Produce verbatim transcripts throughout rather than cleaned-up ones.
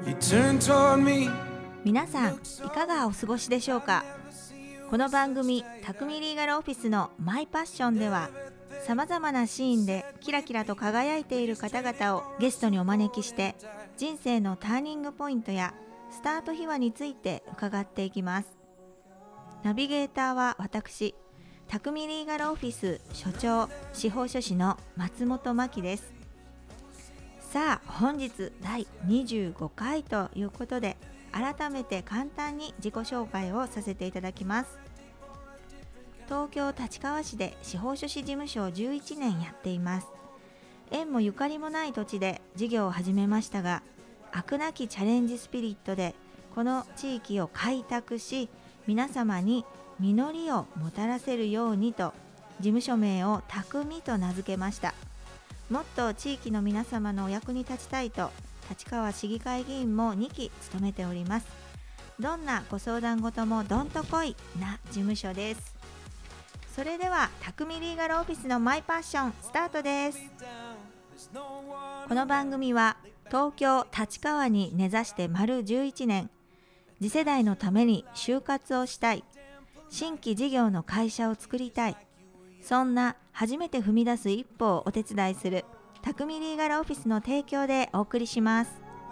皆さんいかがお過ごしでしょうか。この番組匠リーガルオフィスのマイパッションでは、さまざまなシーンでキラキラと輝いている方々をゲストにお招きして、人生のターニングポイントやスタート秘話について伺っていきます。ナビゲーターは私、匠リーガルオフィス所長司法書士の松本真希です。さあ、本日だいにじゅうごかいということで、改めて簡単に自己紹介をさせていただきます。東京立川市で司法書士事務所をじゅういちねんやっています。縁もゆかりもない土地で事業を始めましたが、飽くなきチャレンジスピリットでこの地域を開拓し、皆様に実りをもたらせるようにと、事務所名を匠と名付けました。もっと地域の皆様のお役に立ちたいと、立川市議会議員もにき務めております。どんなご相談事もどんとこいな事務所です。それでは匠リーガルオフィスのマイパッションスタートです。この番組は東京立川に根ざして丸じゅういちねん、次世代のために就活をしたい、新規事業の会社を作りたい、そんな初めて踏み出す一歩をお手伝いする匠リーガルオフィスの提供でお送りします。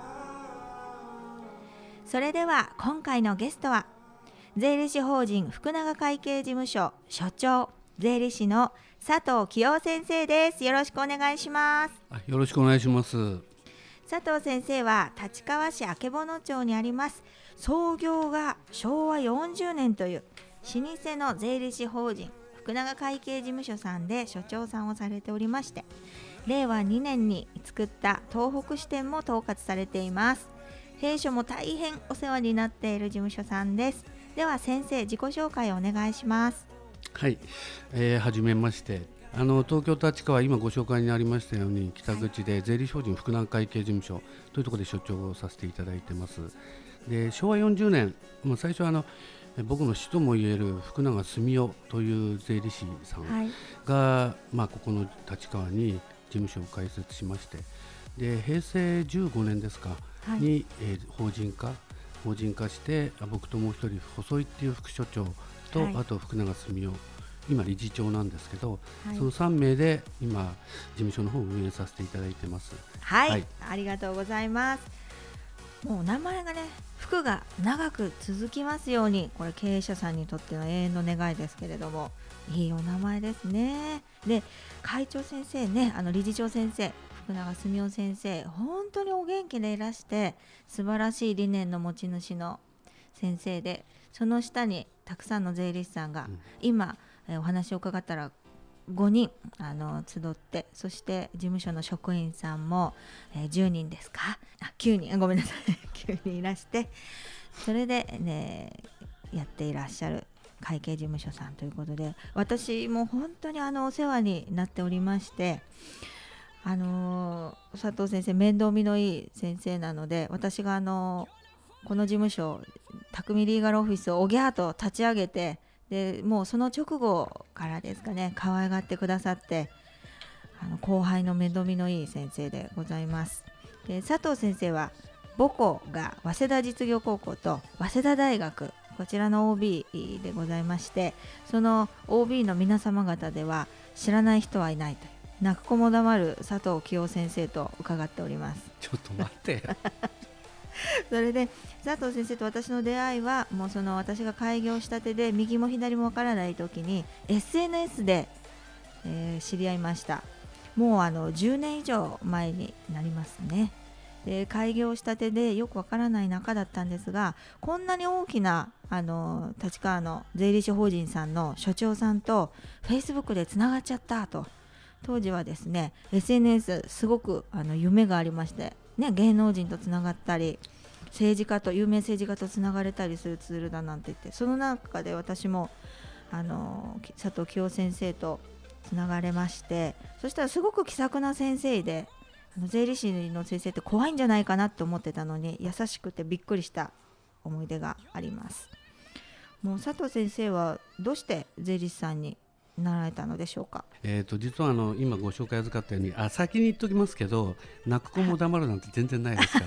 それでは今回のゲストは、税理士法人福永会計事務所所長、税理士の佐藤清夫先生です。よろしくお願いします。 よろしくお願いします。 佐藤先生は立川市曙町にあります創業がしょうわよんじゅうねんという老舗の税理士法人福永会計事務所さんで所長さんをされておりまして、れいわにねんに作った東北支店も統括されています。弊社も大変お世話になっている事務所さんです。では先生、自己紹介をお願いします。 はい、えー、はじめまして。あの東京立川、今ご紹介にありましたように、北口で税理士法人福永会計事務所というところで所長をさせていただいてます。で、しょうわよんじゅうねん、もう最初はあの僕の師ともいえる福永澄夫という税理士さんが、はい、まあ、ここの立川に事務所を開設しまして、でへいせいじゅうごねんですか、はい、に、えー、法人化法人化して、僕ともう一人細井っていう副所長と、はい、あと福永澄夫、今理事長なんですけど、はい、そのさんめいで今事務所の方を運営させていただいてます。 はい、はい、ありがとうございます。もう名前がね、福が長く続きますように、これ経営者さんにとっての永遠の願いですけれども、いいお名前ですね。で、会長先生ね、あの理事長先生福永澄夫先生、本当にお元気でいらして、素晴らしい理念の持ち主の先生で、その下にたくさんの税理士さんが、うん、今、えー、お話を伺ったらごにんあの集って、そして事務所の職員さんも、えー、じゅうにんですか、あきゅうにん、ごめんなさいきゅうにんいらして、それで、ね、やっていらっしゃる会計事務所さんということで、私も本当にあのお世話になっておりまして、あのー、佐藤先生面倒見のいい先生なので、私があのー、この事務所匠リーガルオフィスをおぎゃーと立ち上げて、でもうその直後からですかね、可愛がってくださって、あの後輩の面倒見のいい先生でございます。で、佐藤先生は母校が早稲田実業高校と早稲田大学、こちらの オービー でございまして、その オービー の皆様方では知らない人はいないという、泣く子も黙る佐藤清夫先生と伺っております。 ちょっと待ってそれで佐藤先生と私の出会いは、もうその私が開業したてで右も左もわからない時に エスエヌエス で、えー、知り合いました。もうあのじゅうねん以上前になりますね。で、開業したてでよくわからない中だったんですが、こんなに大きなあの立川の税理士法人さんの所長さんと Facebook でつながっちゃったと。当時はですね エスエヌエス すごくあの夢がありまして、ね、芸能人とつながったり、政治家と有名政治家とつながれたりするツールだなんて言って、その中で私もあの佐藤清先生とつながれまして、そしたらすごく気さくな先生で、あの税理士の先生って怖いんじゃないかなと思ってたのに、優しくてびっくりした思い出があります。もう佐藤先生はどうして税理士さんになられたのでしょうか。 えー、と実はあの今ご紹介預かったように、あ先に言っときますけど、泣く子も黙るなんて全然ないですから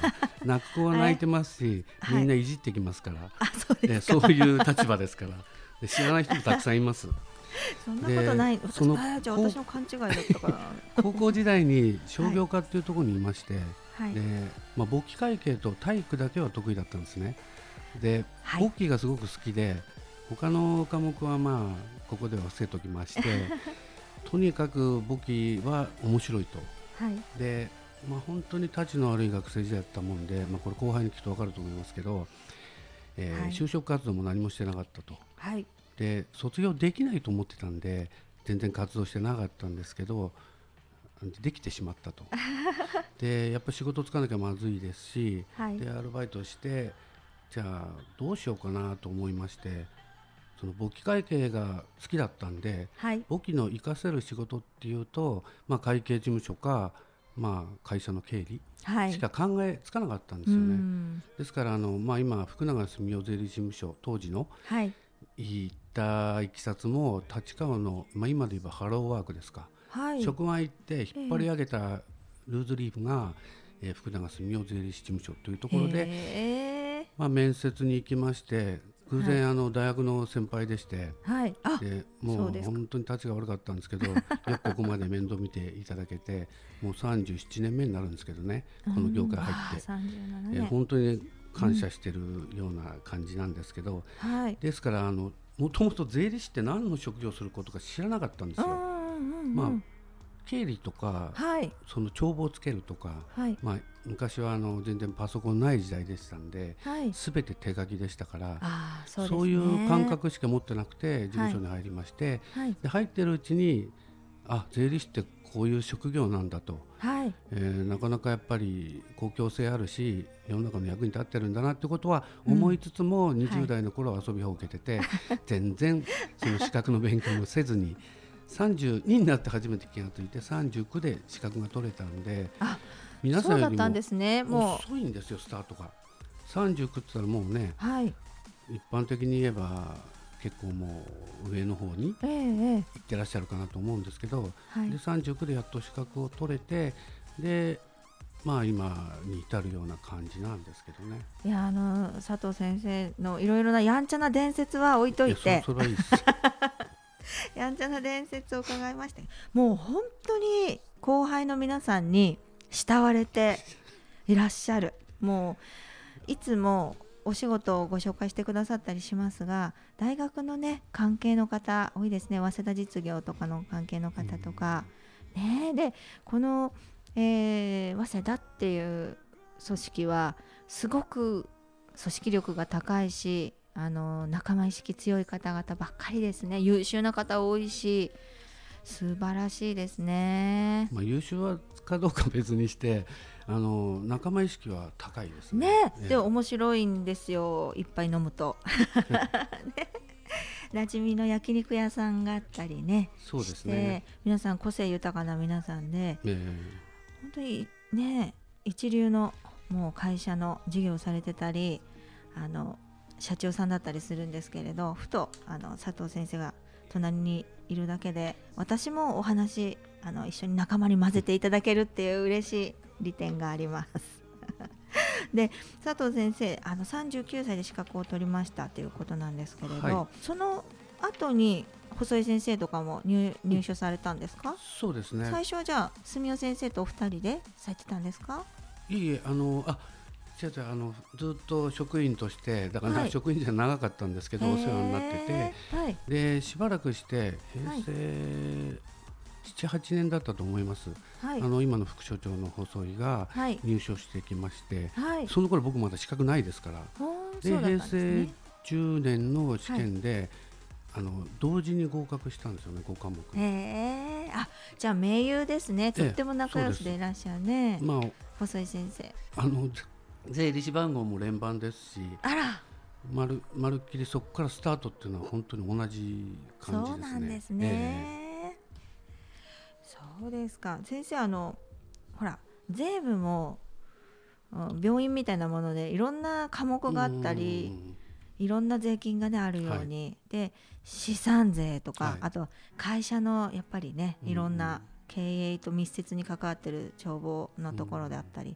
泣く子は泣いてますし、みんないじってきますから、はい、 あ、そうですか。 そういう立場ですからで知らない人もたくさんいますそんなことない。 その私じゃあ私の勘違いだったから高校時代に商業科っていうところにいまして、 はい、 でまあ、簿記会計と体育だけは得意だったんですね。で、 はい、 簿記がすごく好きで他の科目はまあここでは伏せときましてとにかく簿記は面白いと、 はい、 で、まあ、本当にたちの悪い学生時代だったもんで、まあ、これ後輩に聞くと分かると思いますけど、えーはい、就職活動も何もしてなかったと、 はい、 で卒業できないと思ってたんで全然活動してなかったんですけどできてしまったとでやっぱり仕事つかなきゃまずいですし、はい、でアルバイトしてじゃあどうしようかなと思いまして、その簿記会計が好きだったんで、はい、簿記の活かせる仕事っていうと、まあ、会計事務所か、まあ、会社の経理しか考えつかなかったんですよね、はい、ですからあの、まあ、今福永住夫税理事務所当時の、はい、行ったいきさつも立川の、まあ、今で言えばハローワークですか、はい、職場行って引っ張り上げたルーズリーフが、えー、福永住夫税理士事務所というところで、まあ、面接に行きまして偶然、はい、あの大学の先輩でして、はい、でもう本当に立ちが悪かったんですけどよくここまで面倒見ていただけてもうさんじゅうななねんめになるんですけどね、この業界入って、えー、本当に感謝してるような感じなんですけど、うん、はい、ですからあのもともと税理士って何の職業をすることか知らなかったんですよ、うんうん、まあ経理とか、はい、その帳簿をつけるとか、はい、まあ、昔はあの全然パソコンない時代でしたんで、はい、全て手書きでしたから、あ、 そうですね、そういう感覚しか持ってなくて事務所に入りまして、はい、で入ってるうちにあ税理士ってこういう職業なんだと、はい、えー、なかなかやっぱり公共性あるし世の中の役に立ってるんだなってことは思いつつも、うん、にじゅう代の頃は遊びを受けてて、はい、全然その資格の勉強もせずにさんじゅうにになって初めて気がついてさんじゅうきゅうで資格が取れたんで、あ、皆さんよりも遅いんですよスタートが。さんじゅうきゅうって言ったらもうね、はい、一般的に言えば結構もう上の方に行ってらっしゃるかなと思うんですけど、えー、でさんじゅうきゅうでやっと資格を取れて、でまあ今に至るような感じなんですけどね。 いや、あの佐藤先生のいろいろなやんちゃな伝説は置いといて、 いや そ, それはいいですやんちゃな伝説を伺いました。もう本当に後輩の皆さんに慕われていらっしゃる。もういつもお仕事をご紹介してくださったりしますが、大学のね関係の方多いですね。早稲田実業とかの関係の方とか、うん、ね、でこの、えー、早稲田っていう組織はすごく組織力が高いし、あの仲間意識強い方々ばっかりですね。優秀な方多いし素晴らしいですね。 まあ、優秀かどうか別にしてあの仲間意識は高いですね。 ね、ええ、で面白いんですよ、いっぱい飲むと、ね、馴染みの焼肉屋さんがあったりね、 そうですね、 皆さん個性豊かな皆さんで、ええ、本当にね一流のもう会社の事業をされてたりあの社長さんだったりするんですけれど、ふとあの佐藤先生が隣にいるだけで私もお話あの一緒に仲間に混ぜていただけるっていう嬉しい利点がありますで佐藤先生あのさんじゅうきゅうさいで資格を取りましたということなんですけれど、はい、その後に細井先生とかも 入, 入所されたんですか？ そうですね。 最初はじゃあ住夫先生とお二人でされてたんですか？ いいえ、あのあ違う違うあのずっと職員としてだから、はい、職員じゃ長かったんですけどお世話になってて、はい、でしばらくして平成ななはちねんだったと思います、はい、あの今の副所長の細井が入所してきまして、はい、その頃僕まだ資格ないですから、で、ね、平成じゅうねんの試験で、はい、あの同時に合格したんですよね、ごかもく。 へー、あ、じゃあ盟友ですね。とっても仲良しでいらっしゃるね、まあ、細井先生。 あの税理士番号も連番ですし、 あら、 まる、まるっきりそこからスタートっていうのは本当に同じ感じですね。 そうなんですね、えー、そうですか。先生あのほら税務も病院みたいなものでいろんな科目があったりいろんな税金が、ね、あるように、はい、で資産税とか、はい、あと会社のやっぱりねいろんな経営と密接に関わっている帳簿のところであったり、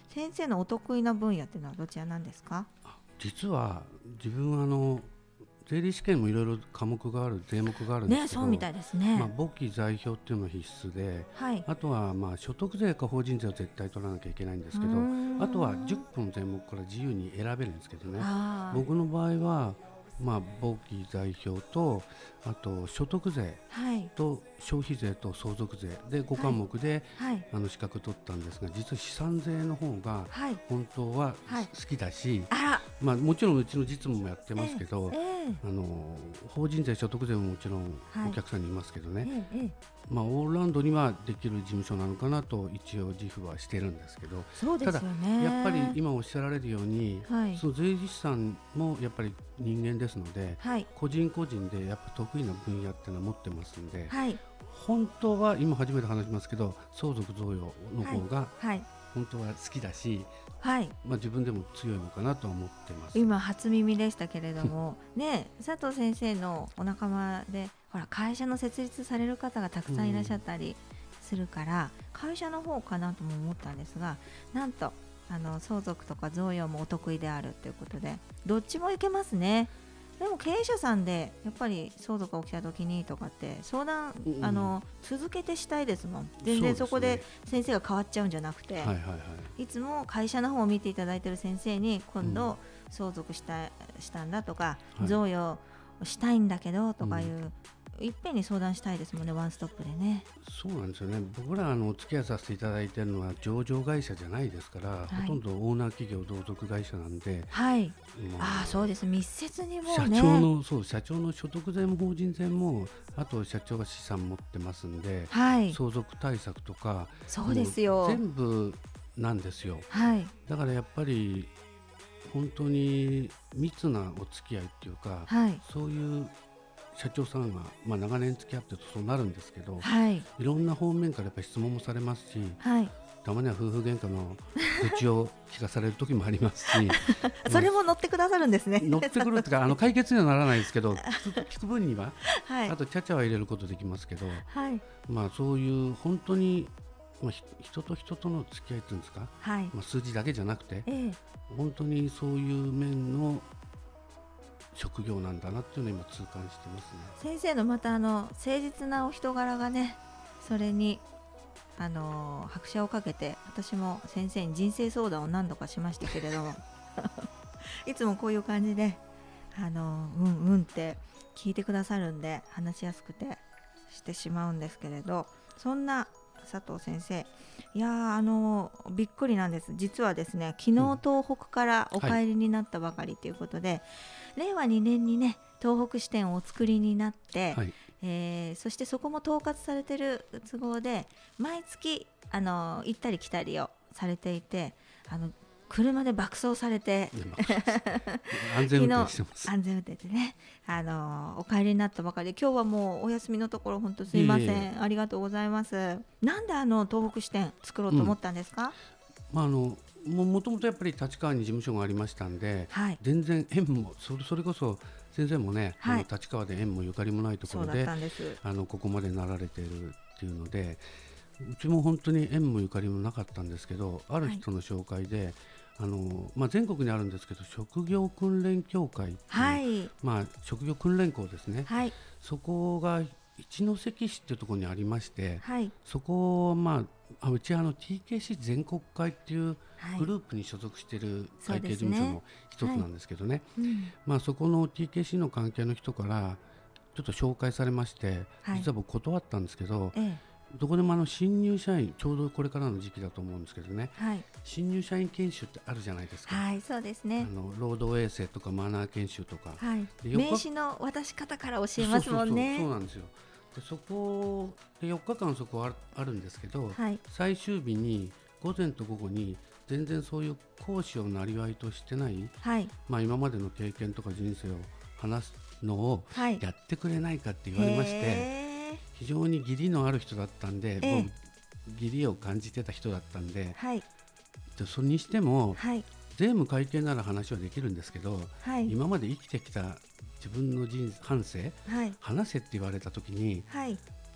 先生のお得意な分野っていうのはどちらなんですか？ 実は自分はあの税理士試験もいろいろ科目がある税目があるんですけど、 ね、そうみたいですね。 まあ、簿記財表っていうのは必須で、 はい、 あとはまあ所得税か法人税を絶対取らなきゃいけないんですけど、あとはじゅっこの税目から自由に選べるんですけどね、僕の場合はまあ簿記財表とあと所得税と消費税と相続税でごかもくで、はい、あの資格を取ったんですが、実は資産税の方が本当は好きだし、はい、まあ、もちろんうちの実務もやってますけど、えーえー、あの法人税所得税ももちろんお客さんにいますけどね、はい、えーえーまあ、オールラウンドにはできる事務所なのかなと一応自負はしてるんですけど、 そうですよね、 ただやっぱり今おっしゃられるように、はい、その税理士さんもやっぱり人間ですので、はい、個人個人でやっぱ得意な分野っていうのは持ってますんで、はい、本当は今初めて話しますけど相続贈与の方が本当は好きだし、はい、まあ、自分でも強いのかなと思ってます。 今初耳でしたけれどもね、佐藤先生のお仲間でほら会社の設立される方がたくさんいらっしゃったりするから、うん、会社の方かなとも思ったんですが、なんとあの相続とか贈与もお得意であるということでどっちもいけますね。でも経営者さんでやっぱり相続が起きた時にとかって相談、うん、あの続けてしたいですもん。全然そこで先生が変わっちゃうんじゃなくて、はいはいはい、いつも会社の方を見ていただいている先生に今度相続した、したんだとか、はい、贈与したいんだけどとかいう、うんいっぺんに相談したいですもんね、ワンストップでね。 そうなんですよね。僕らあのお付き合いさせていただいているのは上場会社じゃないですから、はい、ほとんどオーナー企業同族会社なんで、はい、 まあ、あそうです密接にもうね社長のそう社長の所得税も法人税もあと社長が資産持ってますんで、はい、相続対策とかそうですよ全部なんですよ、はい、だからやっぱり本当に密なお付き合いっていうか、はい、そういう社長さんが、まあ、長年付き合ってるとそうなるんですけど、はい、いろんな方面からやっぱり質問もされますし、はい、たまには夫婦喧嘩の愚痴を聞かされる時もありますしそれも乗ってくださるんですね。 乗ってくるっていうかあの解決にはならないですけど聞く分には、はい、あとちゃちゃは入れることできますけど、はい、まあ、そういう本当に、まあ、人と人との付き合いっていうんですか、はい、まあ、数字だけじゃなくて、ええ、本当にそういう面の職業なんだなっていうのを今痛感してますね。 先生のまたあの誠実なお人柄がね、それにあの拍車をかけて私も先生に人生相談を何度かしましたけれどもいつもこういう感じであのうんうんって聞いてくださるんで話しやすくてしてしまうんですけれど、そんな佐藤先生、いやあのびっくりなんです。実はですね、昨日東北からお帰りになったばかりということで、うん、はい、れいわにねんにね東北支店をお作りになって、はい、えー、そしてそこも統括されている都合で毎月あの行ったり来たりをされていて、あの車で爆走されて安全運転してます。 安全運転でね、あのお帰りになったばかりで今日はもうお休みのところ本当すいません、いえいえ、ありがとうございます。なんであの東北支店作ろうと思ったんですか？うん、 まあ、あのもともとやっぱり立川に事務所がありましたんで、はい、全然縁も そ, れそれこそ先生もね、はい、あの立川で縁もゆかりもないところ で, であのここまでなられているっていうので、うちも本当に縁もゆかりもなかったんですけど、ある人の紹介で、はい、あのまあ、全国にあるんですけど職業訓練協会っていう、はい、まあ、職業訓練校ですね、はい、そこが一関市っていうところにありまして、はい、そこを、まあ、うちはあの ティーケーシー 全国会っていうグループに所属している会計事務所の一つなんですけどね、はい、うん、まあ、そこの ティーケーシー の関係の人からちょっと紹介されまして、はい、実は僕断ったんですけど、ええ、どこでもあの新入社員、ちょうどこれからの時期だと思うんですけどね、はい、新入社員研修ってあるじゃないですか、 はい、そうですね、 あの労働衛生とかマナー研修とか、 はい、名刺の渡し方から教えますもんね。 そうそうそう、そうなんですよ。でそこでよっかかんそこ あ, あるんですけど、はい、最終日に午前と午後に全然そういう講師をなりわいとしてない、はい、まあ、今までの経験とか人生を話すのをやってくれないかって言われまして、はい、非常に義理のある人だったんで、もう義理を感じてた人だったんで、はい、でそれにしても、はい、税務会計なら話はできるんですけど、はい、今まで生きてきた自分の人半生、はい、話せって言われた時に、はい、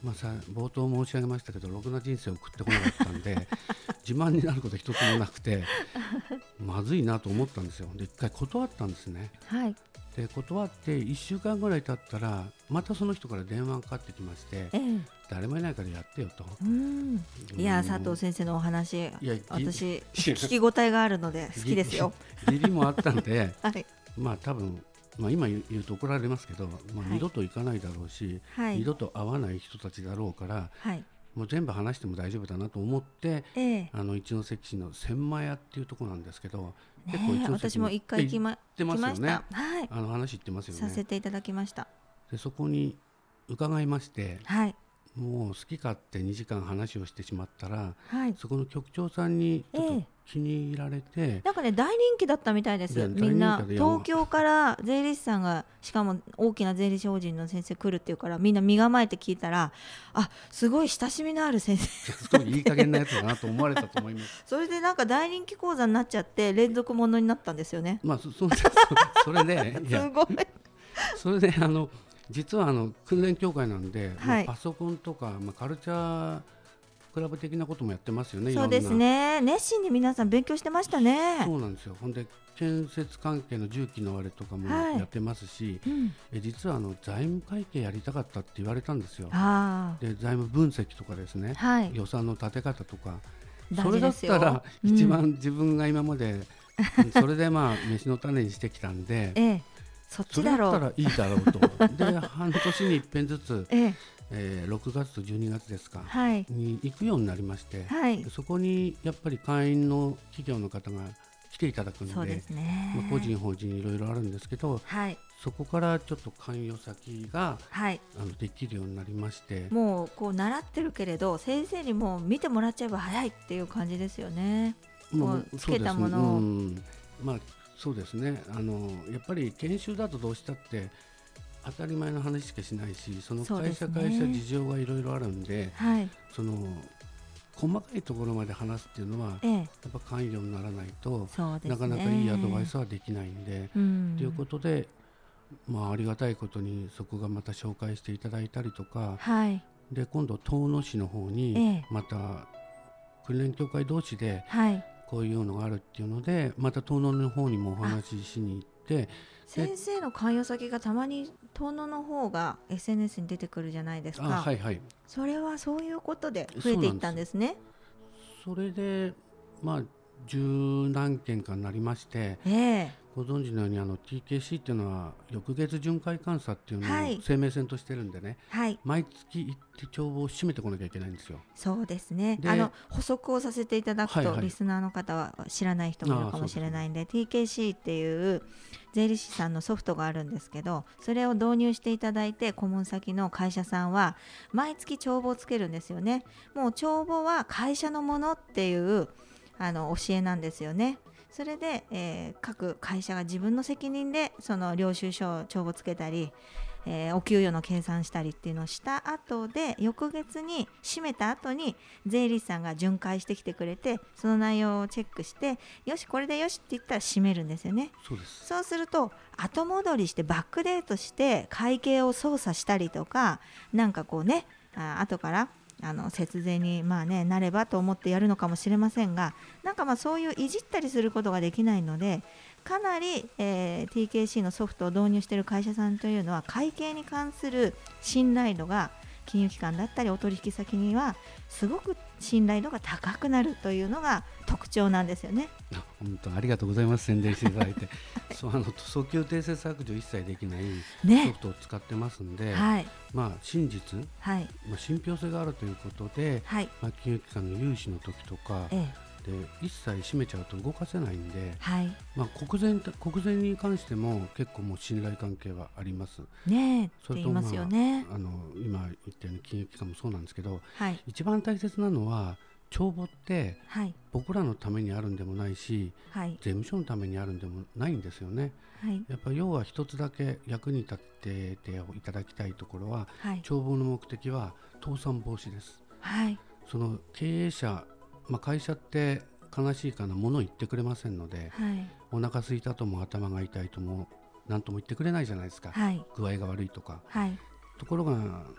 まあ、さ冒頭申し上げましたけどろくな人生を送ってこなかったんで自慢になること一つもなくてまずいなと思ったんですよ。で一回断ったんですね。 はい。 で断っていっしゅうかんぐらい経ったらまたその人から電話がかかってきまして、 ええ、 誰もいないからやってよと。 うんいや佐藤先生のお話、 いや私聞き応えがあるので好きですよ。 義理もあったんで、 はい、 まあ多分、まあ、今言うと怒られますけど、まあ、 はい二度と行かないだろうし、 はい、 二度と会わない人たちだろうから、 はい、 もう全部話しても大丈夫だなと思って、 ええ、 あの一関市の千満屋っていうところなんですけど、 ね、 結構一関私も一回行きま、 行ってますよね。 来ました。はい、 あの話言ってますよね。 させていただきました。 でそこに伺いまして、 はい、 もう好き勝手にじかん話をしてしまったら、 はい、 そこの局長さんにちょっとええ気に入られて、 なんかね大人気だったみたいです。 いやみんな大人気だ東京から税理士さんがしかも大きな税理士法人の先生来るっていうからみんな身構えて聞いたら、あすごい親しみのある先生すごいいい加減なやつだなと思われたと思いますそれでなんか大人気講座になっちゃって連続ものになったんですよね。 まあ、そ, そ, それでいやすごいそれであの実はあの訓練協会なんで、 はい、 まあ、パソコンとか、まあ、カルチャークラブ的なこともやってますよね。 そうですね、熱心に皆さん勉強してましたね。 そうなんですよ。ほんで建設関係の重機のあれとかもやってますし、 はい、うん、 え実はあの財務会計やりたかったって言われたんですよ。 あで財務分析とかですね、 はい、 予算の立て方とか、 そそれだったら一番自分が今まで、うん、それでまあ飯の種にしてきたんで、 ええ、そっちだろう、 それだったらいいだろうとで半年に一遍ずつ、 えええー、ろくがつとじゅうにがつですか、 はい、 に行くようになりまして、 はい、 そこにやっぱり会員の企業の方が来ていただくので、 そうですね、 まあ、個人法人いろいろあるんですけど、 はい、 そこからちょっと関与先が、 はい、 あのできるようになりまして、 もうこう習ってるけれど先生にもう見てもらっちゃえば早いっていう感じですよね。もうつけたものを、 うん、まあそうですね、あのやっぱり研修だとどうしたって当たり前の話しかしないし、その会社、ね、会社事情がいろいろあるんで、 はい、 その細かいところまで話すっていうのは、ええ、やっぱ関与にならないと、ね、なかなかいいアドバイスはできないんで、ということで、まあ、ありがたいことにそこがまた紹介していただいたりとか、はい、で今度遠野市の方にまた訓練協会同士でこういうのがあるっていうので、また遠野の方にもお話ししに行って、 先生の関与先がたまに遠野の方が エスエヌエス に出てくるじゃないですか。あ、はいはい、それはそういうことで増えていったんですね。 それでまあ十何件かになりまして、えー、ご存知のようにあの ティーケーシー っていうのは翌月巡回監査っていうのを生命線としてるんでね、はい、毎月行って帳簿を締めてこなきゃいけないんですよ。 そうですね、あの補足をさせていただくと、はいはい、リスナーの方は知らない人もいるかもしれないん で, で ティーケーシー っていう税理士さんのソフトがあるんですけど、それを導入していただいて顧問先の会社さんは毎月帳簿をつけるんですよね。もう帳簿は会社のものっていうあの教えなんですよね。それで、えー、各会社が自分の責任でその領収書を帳簿つけたり、えー、お給与の計算したりっていうのをした後で、翌月に締めた後に税理士さんが巡回してきてくれて、その内容をチェックして、よしこれでよしって言ったら締めるんですよね。 そうです。 そうすると後戻りしてバックデートして会計を操作したりとか、なんかこうね、あ後からあの節税にまあ、ね、なればと思ってやるのかもしれませんが、なんかまあそういういじったりすることができないので、かなり、えー、ティーケーシー のソフトを導入している会社さんというのは会計に関する信頼度が金融機関だったりお取引先にはすごく信頼度が高くなるというのが特徴なんですよね。 本当ありがとうございます。宣伝していただいてそうあの訴求訂正削除一切できないソフトを使ってますんで、ね、はい、まあ、真実、はい、まあ、信憑性があるということで、はい、まあ、金融機関の融資の時とか、ええ、で一切閉めちゃうと動かせないんで、はい、まあ、国税、国税に関しても結構もう信頼関係はありますね。それと、まあ、って言いますよね。 あの今言ったように金融機関もそうなんですけど、はい、一番大切なのは帳簿って僕らのためにあるんでもないし、はい、税務署のためにあるんでもないんですよね。はい、やっぱ要は一つだけ役に立ってていただきたいところは、はい、帳簿の目的は倒産防止です。はい、その経営者、まあ、会社って悲しいかなもの言ってくれませんので、はい、お腹空いたとも頭が痛いとも何とも言ってくれないじゃないですか、はい、具合が悪いとか、はい、ところが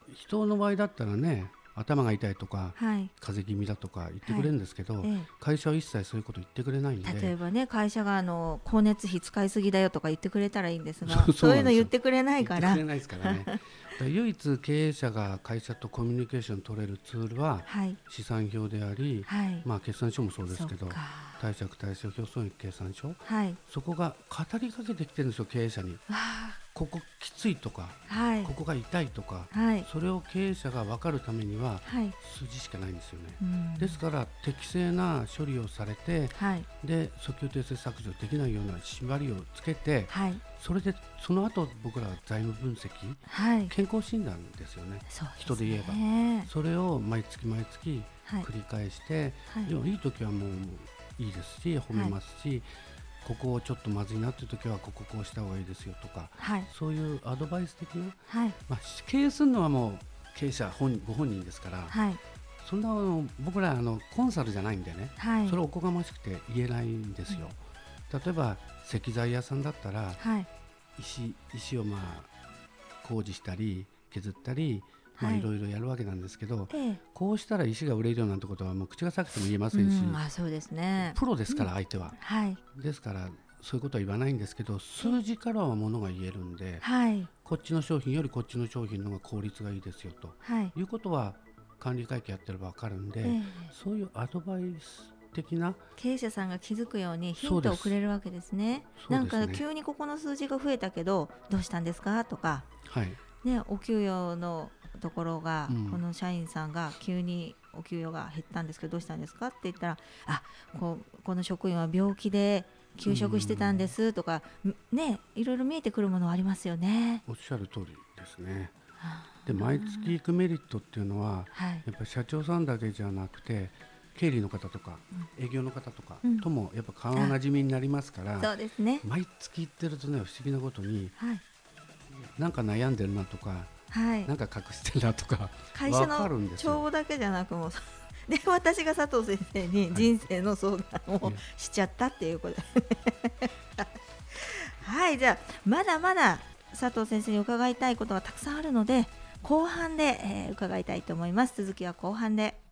人の場合だったらね、頭が痛いとか、 はい、 風邪気味だとか言ってくれるんですけど、はい、ええ、会社は一切そういうこと言ってくれないんで、 例えばね、会社があの光熱費使いすぎだよとか言ってくれたらいいんですが、そう、そういうの言ってくれないから、 言ってくれないですからねだ唯一経営者が会社とコミュニケーション取れるツールは、はい、資産表であり、はい、まあ、決算書もそうですけど、貸借対照表損益計算書、はい、そこが語りかけてきてるんですよ、経営者に。ここきついとか、はい、ここが痛いとか、はい、それを経営者が分かるためには、はい、数字しかないんですよね、うん、ですから適正な処理をされて、はい、で訴求訂正削除できないような縛りをつけて、はい、それでその後僕らは財務分析、はい、健康診断ですよね、そうですね、人で言えばそれを毎月毎月繰り返して、はい、でもいい時はもういいですし褒めますし、はい、ここをちょっとまずいなっていう時はこここうした方がいいですよとか、はい、そういうアドバイス的な、はい、まあ、経営するのはもう経営者本ご本人ですから、はい、そんなの僕らあのコンサルじゃないんでね、はい、それおこがましくて言えないんですよ、うん、例えば石材屋さんだったら、はい、石, 石をまあ工事したり削ったり、まあ、いろいろやるわけなんですけど、はい、こうしたら石が売れるよなんてことはもう口が裂けても言えませんし、うん、あ、そうですね、プロですから相手は、うん、はい、ですからそういうことは言わないんですけど、数字からはものが言えるんで、はい、こっちの商品よりこっちの商品の方が効率がいいですよと、はい、いうことは管理会計やってれば分かるんで、えー、そういうアドバイス的な経営者さんが気づくようにヒントをくれるわけですね。なんか急にここの数字が増えたけどどうしたんですかとか、はい、ね、お給与のところが、うん、この社員さんが急にお給与が減ったんですけどどうしたんですかって言ったら、あ、こ, この職員は病気で休職してたんですとか、ね、いろいろ見えてくるものはありますよね。 おっしゃる通りですね。で毎月行くメリットっていうのは、はい、やっぱり社長さんだけじゃなくて経理の方とか、うん、営業の方とか、うん、ともやっぱ顔なじみになりますから、そうですね、毎月行ってるとね、不思議なことに、はい、なんか悩んでるなとか、はい、なんか隠してるなとか会社の帳簿だけじゃなくもで私が佐藤先生に人生の相談をしちゃったっていうことで、はい、はい、じゃあまだまだ佐藤先生に伺いたいことがたくさんあるので後半で、えー、伺いたいと思います。続きは後半で。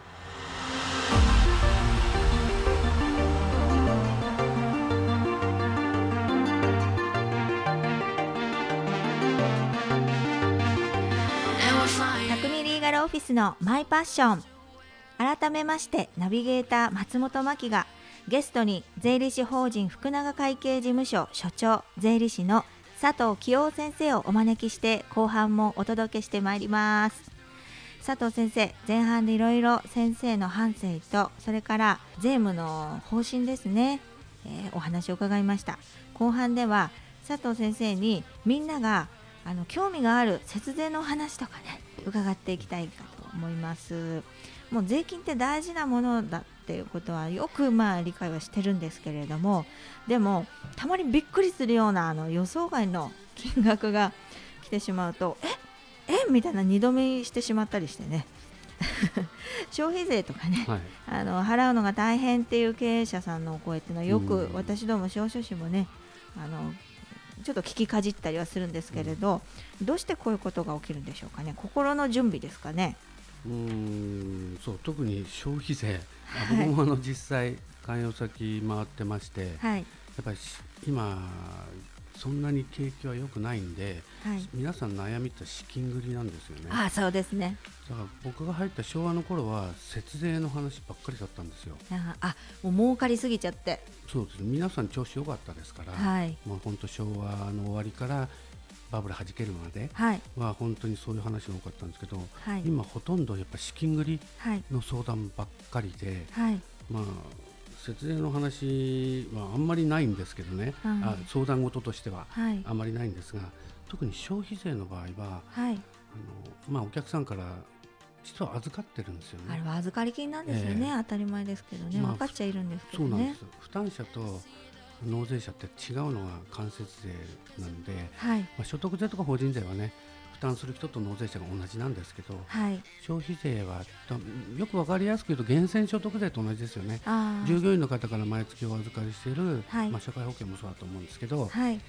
匠リーガルオフィスのマイパッション。改めましてナビゲーター松本真希がゲストに税理士法人福永会計事務所所長税理士の佐藤清夫先生をお招きして後半もお届けしてまいります。佐藤先生、前半でいろいろ先生の半生とそれから税務の方針ですね、えー、お話を伺いました。後半では佐藤先生にみんながあの興味がある節税の話とかね伺っていきたいかと思います。もう税金って大事なものだっていうことはよくまあ理解はしてるんですけれども、でもたまにびっくりするようなあの予想外の金額が来てしまうとええみたいな二度見してしまったりしてね消費税とかね、はい、あの払うのが大変っていう経営者さんのお声っていうのはよく私ども司法書士もねあのちょっと聞きかじったりはするんですけれど、どうしてこういうことが起きるんでしょうかね。心の準備ですかね。 うーん、そう、特に消費税、はい、僕もあの実際関与先回ってまして、はい、やっぱり今そんなに景気は良くないんで、はい、皆さん悩みって資金繰りなんですよね。 ああ、そうですね。 だから僕が入った昭和の頃は節税の話ばっかりだったんですよ。 ああ、もう儲かりすぎちゃって。 そうですね、皆さん調子良かったですから、はい、まあ、本当昭和の終わりからバブル弾けるまでは本当にそういう話が多かったんですけど、はい、今ほとんどやっぱ資金繰りの相談ばっかりで、はい、まあ節税の話はあんまりないんですけどね、はい、あ相談事としてはあんまりないんですが、はい、特に消費税の場合は、はい、あのまあ、お客さんから実は預かってるんですよね。 あれは預かり金なんですよね、えー、当たり前ですけどね、まあ、分かっちゃいるんですけどね。 そうなんです。負担者と納税者って違うのが間接税なので、はい、まあ、所得税とか法人税はね負担する人と納税者が同じなんですけど、はい、消費税はよく分かりやすく言うと源泉所得税と同じですよね。従業員の方から毎月お預かりしている、はい、まあ、社会保険もそうだと思うんですけど、はい、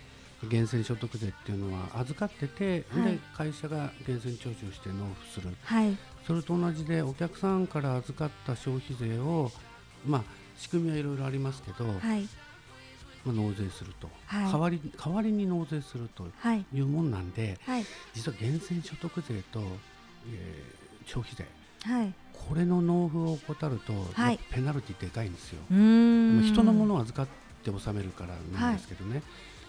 源泉所得税っていうのは預かってて、 はい、 で会社が源泉徴収して納付する、 はい、 それと同じでお客さんから預かった消費税を、まあ、仕組みはいろいろありますけど、 はい、 まあ、納税すると、 はい、 代わり、代わりに納税するというもんなんで、 はい、 実は源泉所得税と、えー、消費税、 はい、 これの納付を怠ると、 はい、 ペナルティでかいんですよ。 うーん、 まあ、人のものを預かって納めるからなんですけどね、はい、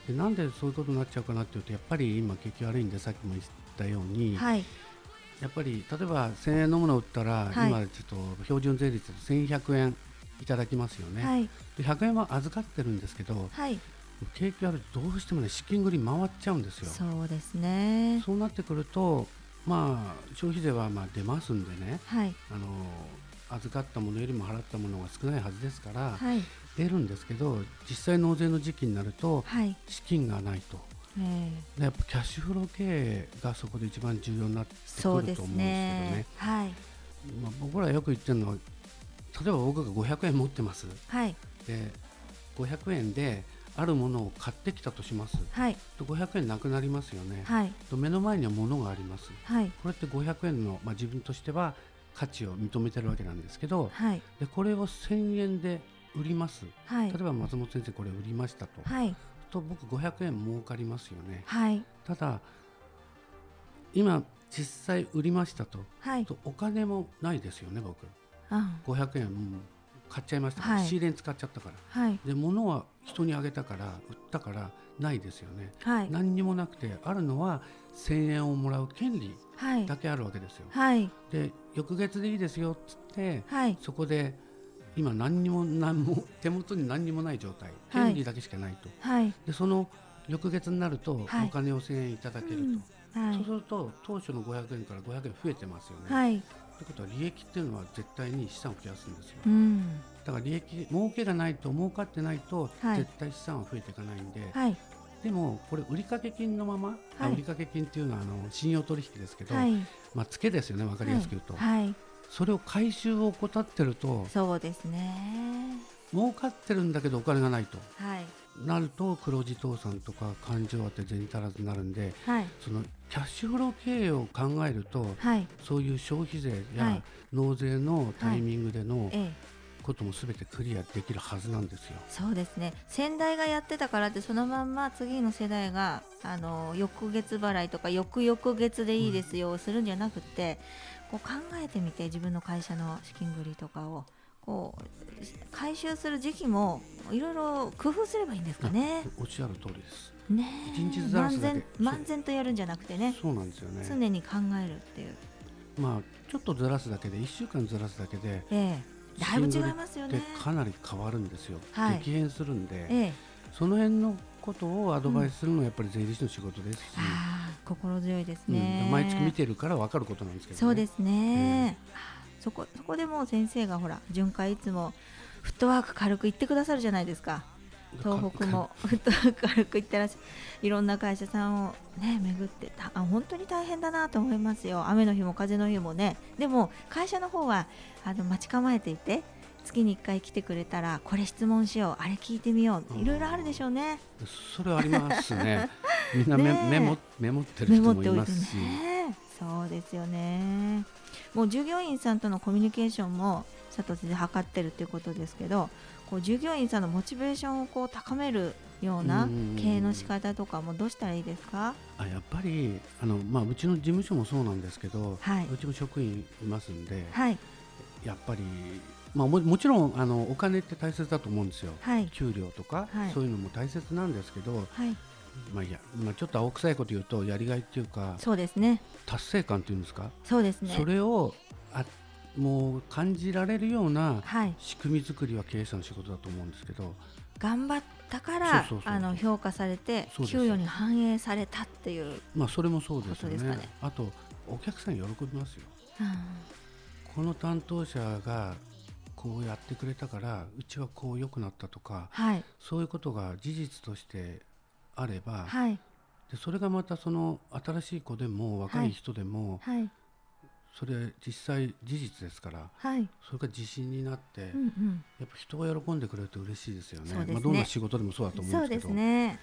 でなんでそういうことになっちゃうかなっていうと、やっぱり今景気悪いんで、さっきも言ったように、はい、やっぱり例えばせんえんのものを売ったら、はい、今ちょっと標準税率でせんひゃくえんいただきますよね、はい、でひゃくえんは預かってるんですけど、はい、景気悪いとどうしてもね資金繰り回っちゃうんですよ。 そうですね。 そうなってくると、まあ、消費税はまあ出ますんでね、はい、あの預かったものよりも払ったものが少ないはずですから、はい、出るんですけど、実際納税の時期になると、はい、資金がないと、えー、でやっぱキャッシュフロー経営がそこで一番重要になってくると思うんですけどね。はい、まあ、僕らよく言ってるのは、例えば僕がごひゃくえん持ってます、はい、でごひゃくえんであるものを買ってきたとします、はい、ごひゃくえんなくなりますよね、はい、目の前には物があります、はい、これってごひゃくえんの、まあ、自分としては価値を認めてるわけなんですけど、はい、でこれをせんえんで売ります、はい、例えば松本先生これ売りましたと、はい、と僕ごひゃくえん儲かりますよね、はい、ただ今実際売りましたと、はい、とお金もないですよね。僕ごひゃくえんもう買っちゃいましたから、はい、仕入れに使っちゃったから、はい、で物は人にあげたから売ったからないですよね、はい、何にもなくて、あるのはせんえんをもらう権利だけあるわけですよ、はい、で翌月でいいですよっつって、はい、そこで今何にも何も手元に何にもない状態、権利だけしかないと、はい、でその翌月になるとお金をせんえんいただけると、はい、そうすると当初のごひゃくえんからごひゃくえん増えてますよね、はい、ということは利益っていうのは絶対に資産を増やすんですよ、うん、だから利益儲けがないと、儲かってないと、はい、絶対資産は増えていかないんで、はい、でもこれ売掛金のまま、はい、売掛金っていうのはあの信用取引ですけど、はい、まあ、付けですよね、分かりやすく言うと、はいはい、それを回収を怠ってると、そうですね、儲かってるんだけどお金がないと、はい、なると黒字倒産とか勘定当て銭足らずになるんで、はい、そのキャッシュフロー経営を考えると、はい、そういう消費税や納税のタイミングでのことも全てクリアできるはずなんですよ。 そうですね、先代がやってたからってそのまんま次の世代があの翌月払いとか翌々月でいいですよ、うん、するんじゃなくて、こう考えてみて、自分の会社の資金繰りとかをこう回収する時期もいろいろ工夫すればいいんですかね。 おっしゃる通りです、 ね、一日ずらすだけ漫然とやるんじゃなくてね、 そうなんですよね、 常に考えるっていう、 まあ、ちょっとずらすだけでいっしゅうかんずらすだけで、ええ、 だいぶ違いますよね。 かなり変わるんですよ、はい、激変するんで、ええ、その辺のことをアドバイスするのはやっぱり税理士の仕事ですし、うん、 あ、心強いですね、 うん、毎月見てるから分かることなんですけどね。 そうですね、えー、そこ、そこでもう先生がほら巡回いつもフットワーク軽く言ってくださるじゃないですか。東北もフットワーク軽く言ってらっしゃる、いろんな会社さんをね巡ってた、あ、本当に大変だなと思いますよ。雨の日も風の日もね。でも会社の方はあの待ち構えていて、月にいっかい来てくれたらこれ質問しよう、あれ聞いてみよう、いろいろあるでしょうね。 それはありますねみんな メ, メ, モメモってる人もいますし、ね、 そうですよね。もう従業員さんとのコミュニケーションも佐藤先生図ってるっていうことですけど、こう従業員さんのモチベーションをこう高めるような経営の仕方とかもどうしたらいいですか？ あ、やっぱりあの、まあ、うちの事務所もそうなんですけど、はい、うちも職員いますんで、はい、やっぱり、まあ、も, もちろんあのお金って大切だと思うんですよ、はい、給料とか、はい、そういうのも大切なんですけど、はい、まあいやまあ、ちょっと青臭いこと言うとやりがいっていうか、 そうですね、 達成感っていうんですか、 そうですね、 それをあもう感じられるような仕組み作りは経営者の仕事だと思うんですけど、 頑張ったからあの評価されて給与に反映されたっていう、 まあ、それもそうですよ ね, ですね。あとお客さん喜びますよ、うん、この担当者がこうやってくれたからうちはこう良くなったとか、はい、そういうことが事実としてあれば、はい、でそれがまたその新しい子でも若い人でも、はいはい、それ実際事実ですから、はい、それが自信になって、うんうん、やっぱ人が喜んでくれると嬉しいですよ ね, ね、まあ、どんな仕事でもそうだと思うんですけど、そうですね、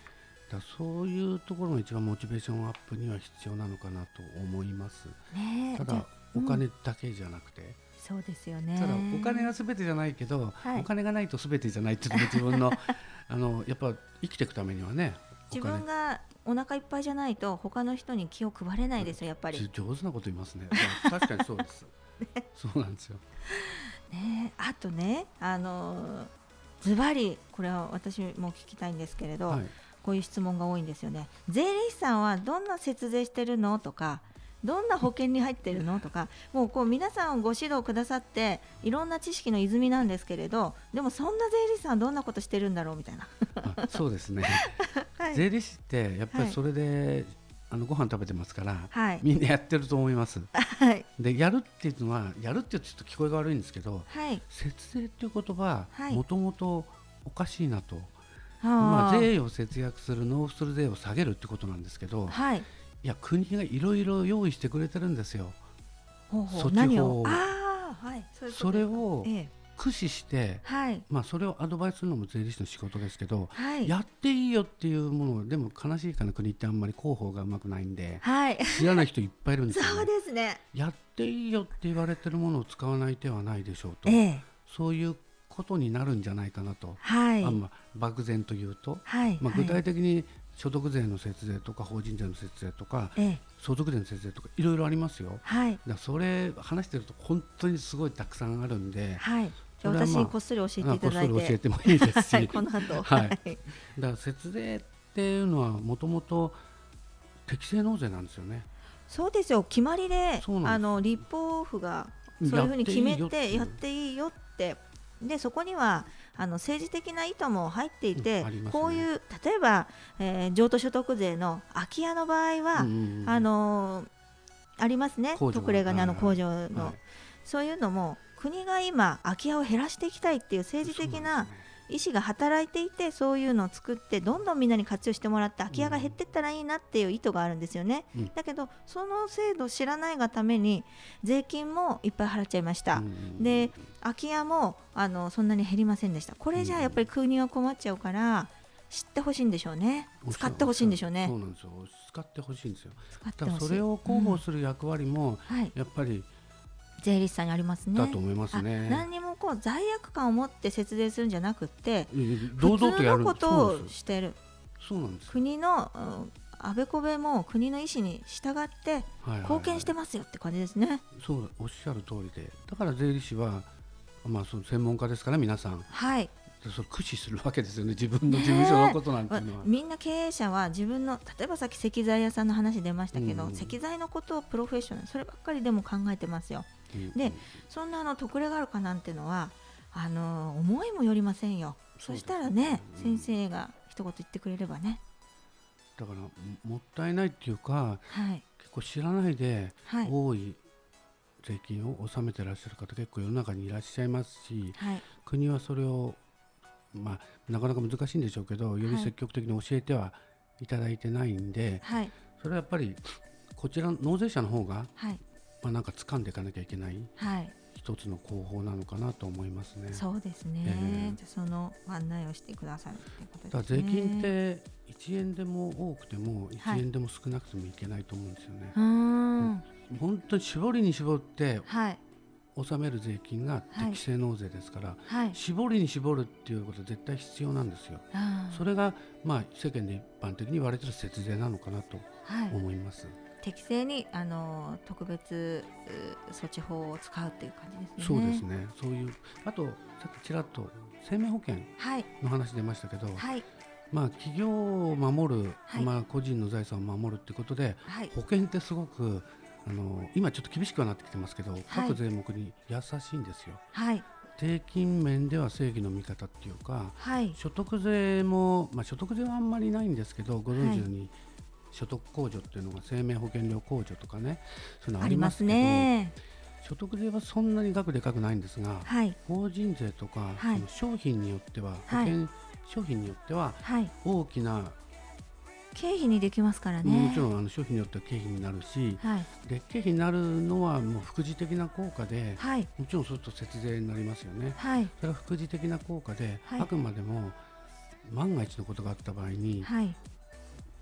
だそういうところが一番モチベーションアップには必要なのかなと思います、 ね、 ただお金だけじゃなくて、うん、 そうですよね。 ただお金が全てじゃないけど、 はい、 お金がないと全てじゃないっていうのが自分のあのやっぱ生きていくためにはね、 自分がお腹いっぱいじゃないと他の人に気を配れないですよ、やっぱり。 上手なこと言いますね。確かにそうです、ね、そうなんですよ、 ね、あとね、あのズバリこれは私も聞きたいんですけれど、はい、こういう質問が多いんですよね。税理士さんはどんな節税してるのとか、どんな保険に入ってるのとか、もうこう皆さんご指導くださっていろんな知識の泉なんですけれど、でもそんな税理士さんはどんなことしてるんだろうみたいな。 あ、そうですね、はい、税理士ってやっぱりそれで、はい、あのご飯食べてますから、はい、みんなやってると思います、はい、でやるっていうのは、やるってちょっと聞こえが悪いんですけど、はい、節税っていう言葉もともとおかしいなと、まあ、税を節約する、納付する税を下げるってことなんですけど、はい、いや国がいろいろ用意してくれてるんですよ、ほうほう、措置法を、あ、はい、そういうことですか。それを駆使して、ええ、まあ、それをアドバイスするのも税理士の仕事ですけど、はい、やっていいよっていうものでも悲しいかな、国ってあんまり広報がうまくないんで、はい、知らない人いっぱいいるんですよ、ね、 そうですね、 やっていいよって言われてるものを使わない手はないでしょうと、ええ、そういうことになるんじゃないかなと、はい、あまあ、漠然と言うと、はい、まあ、具体的に所得税の節税とか法人税の節税とか、ええ、相続税の節税とかいろいろありますよ、はい、だからそれ話してると本当にすごいたくさんあるんで、はい、じゃあ私にこっそり教えていただいて、こっそり教えてもいいですし、はい、この後、はい、だから節税っていうのはもともと適正納税なんですよね。 そうですよ、決まりで、あの立法府がそういうふうに決めてやっていいよって、でそこにはあの政治的な意図も入っていて、うんね、こういう例えば、えー、譲渡所得税の空き家の場合は、うんうん、あのー、ありますね、特例がね、あの控除の、はい、そういうのも国が今空き家を減らしていきたいっていう政治的な意思が働いていて、そういうのを作ってどんどんみんなに活用してもらって空き家が減っていったらいいなっていう意図があるんですよね、うん、だけどその制度を知らないがために税金もいっぱい払っちゃいました、うん、で空き家もあのそんなに減りませんでした。これじゃあやっぱり国は困っちゃうから知ってほしいんでしょうね、使ってほしいんでしょうね。 そうなんですよ、使ってほしいんですよ。だからそれを広報する役割もやっぱり、うん、はい、税理士さんにありますね。 だと思いますね。 何にもこう罪悪感を持って節税するんじゃなくて、 堂々とやる普通のことをしてる。 そうなんです。 国の、うん、あべこべも国の意思に従って貢献してますよって感じですね。はいはいはい、 そうおっしゃる通りで、だから税理士は、まあ、その専門家ですから皆さん、はい、それ駆使するわけですよね、自分の事務所のことなんていうのは、 ね、みんな経営者は自分の、例えばさっき石材屋さんの話出ましたけど、うん、石材のことをプロフェッショナル、そればっかりでも考えてますよ。でそんなあの特例があるかなんてのはあの思いもよりませんよ。 そ, そしたらね、うん、先生が一言言ってくれればね。 だからもったいないっていうか、はい、結構知らないで多い税金を納めてらっしゃる方結構世の中にいらっしゃいますし、はい、国はそれを、まあ、なかなか難しいんでしょうけど、より積極的に教えてはいただいてないんで、はい、それはやっぱりこちら納税者の方が、はい、まあ、なんか掴んでいかなきゃいけない、はい、一つの方法なのかなと思いますね。 そうですね、えー、じゃその案内をしてくださるってことですね。 だから税金っていちえんでも多くてもいちえんでも少なくてもいけないと思うんですよね、はい、本当に絞りに絞って納める税金が適正納税ですから、はいはい、絞りに絞るっていうことは絶対必要なんですよ。それが、まあ、世間で一般的に言われている節税なのかなと思います、はい、 適正にあの特別措置法を使うっていう感じですね。 そうですね。そういう、あとさっきちらっと生命保険の話出ましたけど、はい、まあ、企業を守る、はい、まあ、個人の財産を守るってことで、はい、保険ってすごくあの今ちょっと厳しくはなってきてますけど、はい、各税目に優しいんですよ、はい、税金面では正義の味方っていうか、はい、所得税も、まあ、所得税はあんまりないんですけど、ご存知のように、はい、所得控除っていうのが生命保険料控除とかね、そういうのありますけど、ありますね。所得税はそんなに額でかくないんですが、はい、法人税とか、はい、その商品によっては、保険、はい、商品によっては大きな、はい、 経費にできますからね。 もちろんあの商品によっては経費になるし、はい、で経費になるのはもう副次的な効果で、はい、もちろんそうすると節税になりますよね、はい、それは副次的な効果で、はい、あくまでも万が一のことがあった場合に、はい、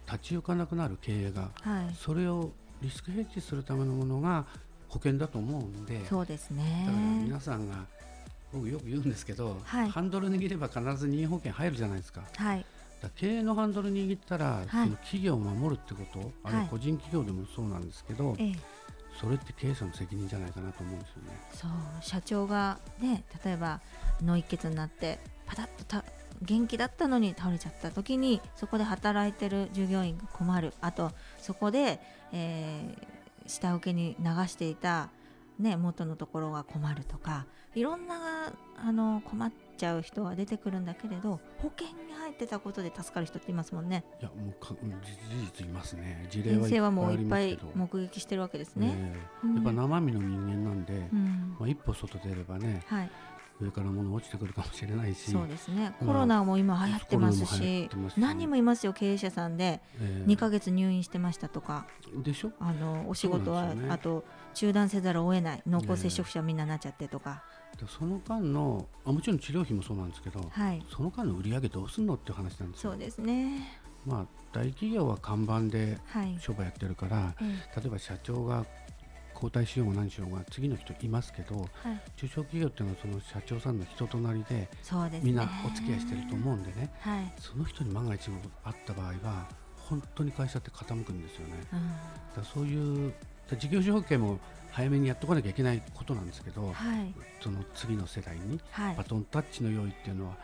立ち行かなくなる経営が、 はい、 それをリスクヘッジするためのものが保険だと思うんで、 そうですね。 だから皆さんが僕よく言うんですけど、 はい、 ハンドル握れば必ず任意保険入るじゃないですか。 はい、 だ経営のハンドル握ったら、 はい、 その企業を守るってこと、あるいは個人企業でもそうなんですけど、 ええ、 それって経営者の責任じゃないかなと思うんですよね。 そう、社長がね、例えば脳一血になってパタッとた元気だったのに倒れちゃった時に、そこで働いてる従業員が困る。あとそこで、えー、下請けに流していた、ね、元のところが困るとか、いろんなあの困っちゃう人は出てくるんだけれど、保険に入ってたことで助かる人っていますもんね。 いやもうか事実いますね。事例はいっぱいありますけど、 先生はもういっぱい目撃してるわけですね。 ね、 うん、 やっぱ生身の人間なんで、 うん、 まあ、一歩外出ればね、はい、上から物落ちてくるかもしれないし、 そうですね、コロナも今流行ってますし、何人もいますよ、経営者さんでにかげつ入院してましたとか、 でしょ、 あのお仕事は、ね、あと中断せざるを得ない、濃厚接触者みんななっちゃってとか、 ね、その間のあもちろん治療費もそうなんですけど、はい、その間の売り上げどうすんのっていう話なんですよ。 そうですね、 まあ、大企業は看板で商売やってるから、はい、例えば社長が交代しようが何しようが次の人いますけど、はい、中小企業っていうのはその社長さんの人となりで、そうですね、みんなお付き合いしてると思うんでね、はい、その人に万が一あった場合は本当に会社って傾くんですよね、うん、だそういう事業承継も早めにやっとかなきゃいけないことなんですけど、はい、その次の世代にバトンタッチの用意っていうのは、はい、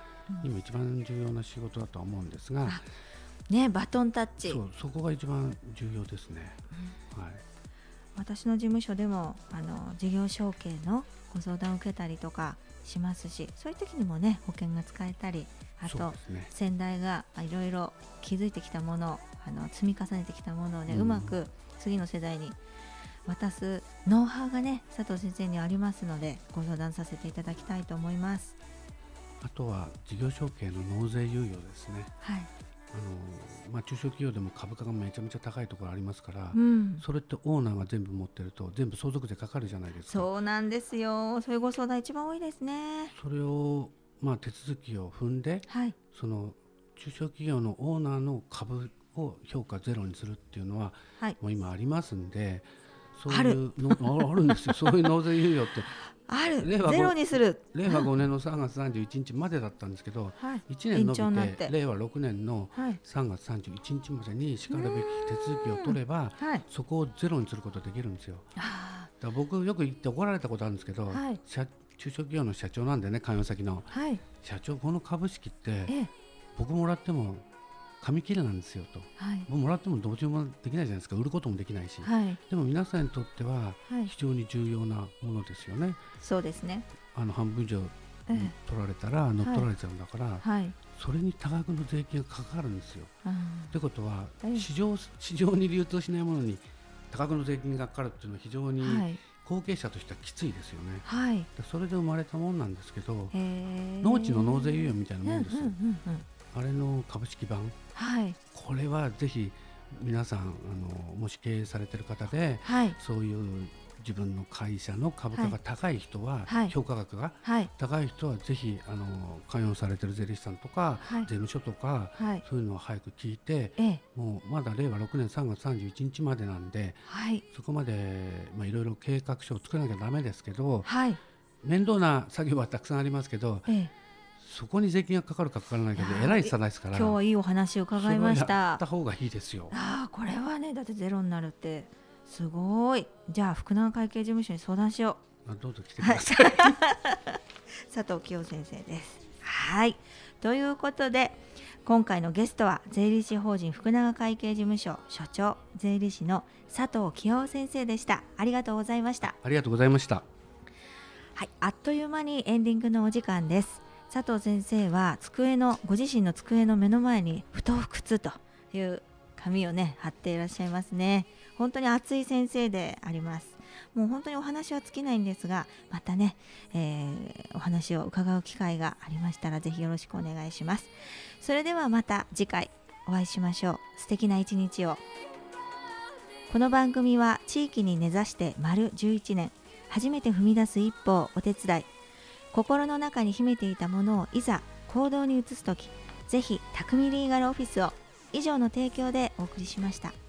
今一番重要な仕事だとは思うんですが、 ね、バトンタッチ、 そう、そこが一番重要ですね、うん、はい、 私の事務所でもあの事業承継のご相談を受けたりとかしますし、そういう時にもね保険が使えたり、あと、ね、先代がいろいろ築いてきたもの、あの積み重ねてきたものをね、うん、うまく次の世代に渡すノウハウがね佐藤先生にありますので、ご相談させていただきたいと思います。 あとは事業承継の納税猶予ですね、はい、あのまあ、中小企業でも株価がめちゃめちゃ高いところありますから、うん、それってオーナーが全部持ってると全部相続税かかるじゃないですか。 そうなんですよ、そういうご相談一番多いですね。 それを、まあ、手続きを踏んで、はい、その中小企業のオーナーの株を評価ゼロにするっていうのは、はい、もう今ありますんで、そういうの あ, あるんですよそういう納税猶予ってある、ゼロにする。 令和ごねんのさんがつさんじゅういちにちまでだったんですけど、はい、いちねん延びて令和ろくねんのさんがつさんじゅういちにちまでにしかるべき手続きを取れば、はい、そこをゼロにすることができるんですよ。だから僕よく言って怒られたことあるんですけど、はい、中小企業の社長なんでね、関与先の、はい、社長この株式って僕もらっても紙切れなんですよと、はい、もうもらってもどうしようもできないじゃないですか、売ることもできないし、はい、でも皆さんにとっては非常に重要なものですよね、はい、 そうですね、 あの半分以上取られたら乗っ取られちゃうんだから、はい、それに多額の税金がかかるんですよ、はい、ってことは市場、市場に流通しないものに多額の税金がかかるっていうのは非常に後継者としてはきついですよね、はい、それで生まれたもんなんですけど、農地の納税猶予みたいなもんですよ、うんうんうんうん、あれの株式版、はい、これはぜひ皆さんあのもし経営されている方で、はい、そういう自分の会社の株価が高い人は、はい、評価額が高い人はぜひあの関与されている税理士さんとか、はい、税務署とか、はい、そういうのを早く聞いて、ええ、もうまだ令和ろくねんさんがつさんじゅういちにちまでなんで、はい、そこまでいろいろ計画書を作らなきゃダメですけど、はい、面倒な作業はたくさんありますけど、ええ、そこに税金がかかるかかからないかでえらい差ないですから、 今日はいいお話を伺いました。 やった方がいいですよ。 あ、これはね、だってゼロになるってすごい。じゃあ福永会計事務所に相談しよう。あ、どうぞ来てください、はい、 佐藤清先生です。はい、ということで今回のゲストは税理士法人福永会計事務所所長税理士の佐藤清先生でした。ありがとうございました。 ありがとうございました。 はい、あっという間にエンディングのお時間です。佐藤先生は机のご自身の机の目の前に不当不屈という紙をね貼っていらっしゃいますね。本当に熱い先生であります。もう本当にお話は尽きないんですが、またね、えー、お話を伺う機会がありましたらぜひよろしくお願いします。それではまた次回お会いしましょう。素敵な一日を。この番組は地域に根ざして丸じゅういちねん、初めて踏み出す一歩をお手伝い、心の中に秘めていたものをいざ行動に移すとき、ぜひ匠リーガルオフィスを。 以上の提供でお送りしました。